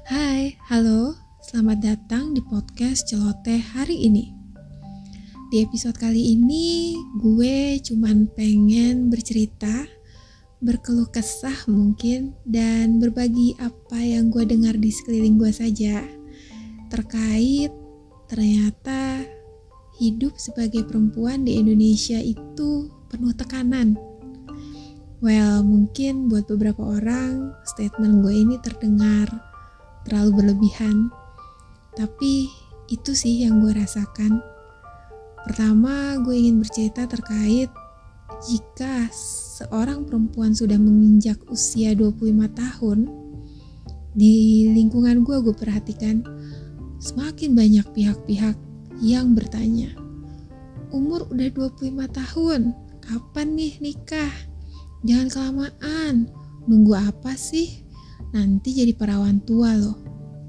Hai, halo, selamat datang di podcast Celoteh hari ini. Di episode kali ini, gue cuman pengen bercerita, berkeluh kesah mungkin, dan berbagi apa yang gue dengar di sekeliling gue saja. Terkait ternyata hidup sebagai perempuan di Indonesia itu penuh tekanan. Well, mungkin buat beberapa orang, statement gue ini terdengar terlalu berlebihan. Tapi itu sih yang gue rasakan. Pertama, gue ingin bercerita terkait jika seorang perempuan sudah menginjak usia 25 tahun, di lingkungan gue perhatikan semakin banyak pihak-pihak yang bertanya, umur udah 25 tahun, kapan nih nikah? Jangan kelamaan, nunggu apa sih? Nanti jadi perawan tua loh.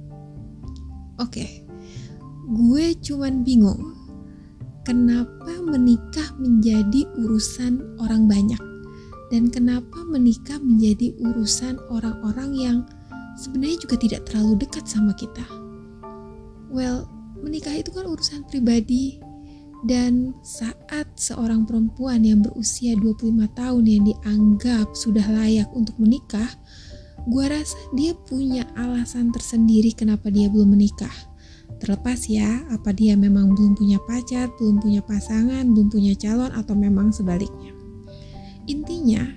Oke, gue cuman bingung kenapa menikah menjadi urusan orang banyak dan kenapa menikah menjadi urusan orang-orang yang sebenarnya juga tidak terlalu dekat sama kita. Well, menikah itu kan urusan pribadi, dan saat seorang perempuan yang berusia 25 tahun yang dianggap sudah layak untuk menikah, gue rasa dia punya alasan tersendiri kenapa dia belum menikah. Terlepas ya, apa dia memang belum punya pacar, belum punya pasangan, belum punya calon, atau memang sebaliknya. Intinya,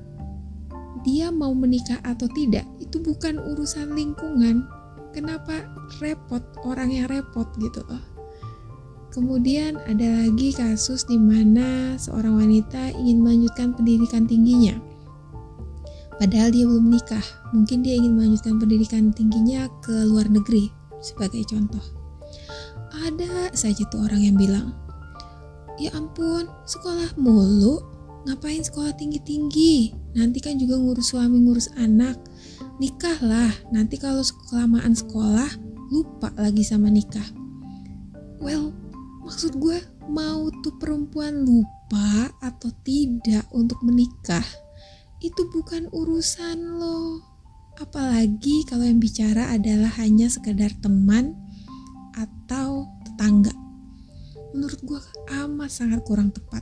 dia mau menikah atau tidak, itu bukan urusan lingkungan. Kenapa repot, orang yang repot gitu loh. Kemudian ada lagi kasus di mana seorang wanita ingin melanjutkan pendidikan tingginya. Padahal dia belum menikah, mungkin dia ingin melanjutkan pendidikan tingginya ke luar negeri, sebagai contoh. Ada saja tuh orang yang bilang, ya ampun, sekolah mulu, ngapain sekolah tinggi-tinggi? Nanti kan juga ngurus suami, ngurus anak. Nikahlah, nanti kalau kelamaan sekolah, lupa lagi sama nikah. Well, maksud gue, mau tuh perempuan lupa atau tidak untuk menikah, itu bukan urusan lo. Apalagi kalau yang bicara adalah hanya sekedar teman atau tetangga. Menurut gue amat sangat kurang tepat.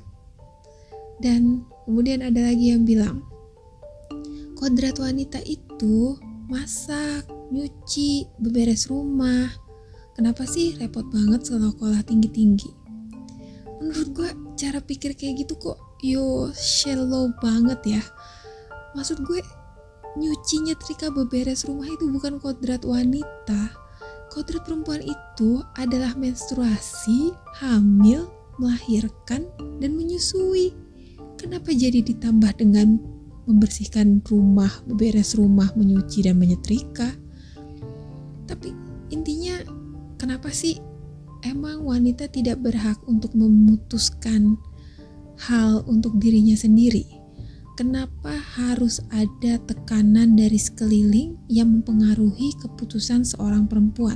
Dan kemudian ada lagi yang bilang, kodrat wanita itu masak, nyuci, beberes rumah. Kenapa sih repot banget sekolah tinggi-tinggi? Menurut gue cara pikir kayak gitu kok shallow banget ya. Maksud gue, nyuci, nyetrika, beberes rumah itu bukan kodrat wanita. Kodrat perempuan itu adalah menstruasi, hamil, melahirkan, dan menyusui. Kenapa jadi ditambah dengan membersihkan rumah, beberes rumah, menyuci, dan menyetrika? Tapi intinya, kenapa sih emang wanita tidak berhak untuk memutuskan hal untuk dirinya sendiri? Kenapa harus ada tekanan dari sekeliling yang mempengaruhi keputusan seorang perempuan?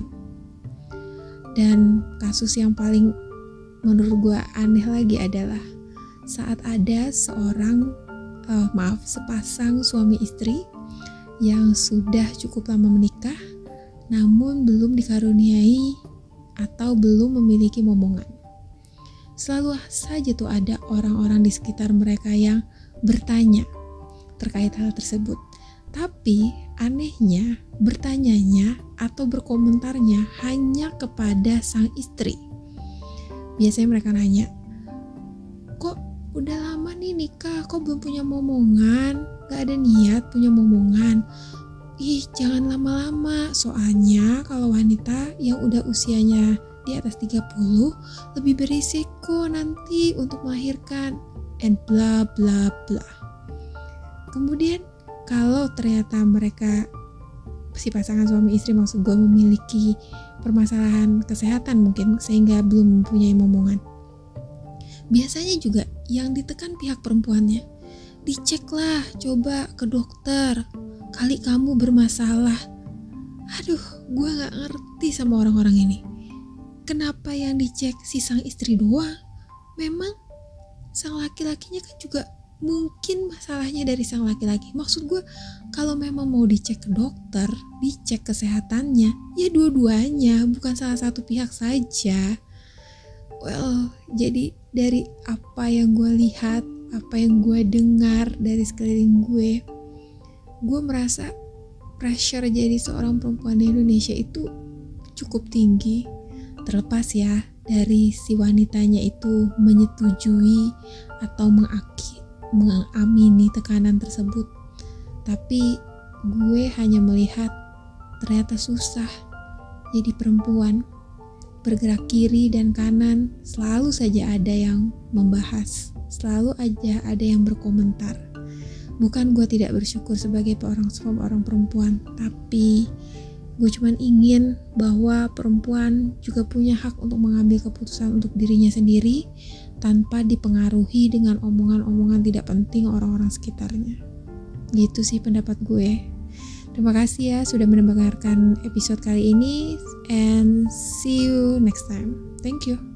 Dan kasus yang paling menurut gue aneh lagi adalah saat ada sepasang suami istri yang sudah cukup lama menikah, namun belum dikaruniai atau belum memiliki momongan. Selalu saja tuh ada orang-orang di sekitar mereka yang bertanya terkait hal tersebut. Tapi anehnya bertanyanya atau berkomentarnya hanya kepada sang istri. Biasanya mereka nanya, kok udah lama nih nikah, kok belum punya momongan, gak ada niat punya momongan? Ih, jangan lama-lama, soalnya kalau wanita yang udah usianya di atas 30 lebih berisiko nanti untuk melahirkan, and bla bla bla. Kemudian kalau ternyata mereka, si pasangan suami istri maksud gue, memiliki permasalahan kesehatan mungkin sehingga belum mempunyai momongan, biasanya juga yang ditekan pihak perempuannya. Diceklah, coba ke dokter, kali kamu bermasalah. Aduh, gue gak ngerti sama orang-orang ini. Kenapa yang dicek si sang istri doang? Memang sang laki-lakinya kan juga mungkin masalahnya dari sang laki-laki. Maksud gue, kalau memang mau dicek ke dokter, dicek kesehatannya, ya dua-duanya, bukan salah satu pihak saja. Well, jadi dari apa yang gue lihat, apa yang gue dengar dari sekeliling gue merasa pressure jadi seorang perempuan di Indonesia itu cukup tinggi. Terlepas ya dari si wanitanya itu menyetujui atau mengamini tekanan tersebut, tapi gue hanya melihat ternyata susah jadi perempuan. Bergerak kiri dan kanan selalu saja ada yang membahas, selalu aja ada yang berkomentar. Bukan gue tidak bersyukur sebagai seorang perempuan, tapi gue cuman ingin bahwa perempuan juga punya hak untuk mengambil keputusan untuk dirinya sendiri tanpa dipengaruhi dengan omongan-omongan tidak penting orang-orang sekitarnya. Gitu sih pendapat gue. Terima kasih ya sudah mendengarkan episode kali ini, and see you next time. Thank you.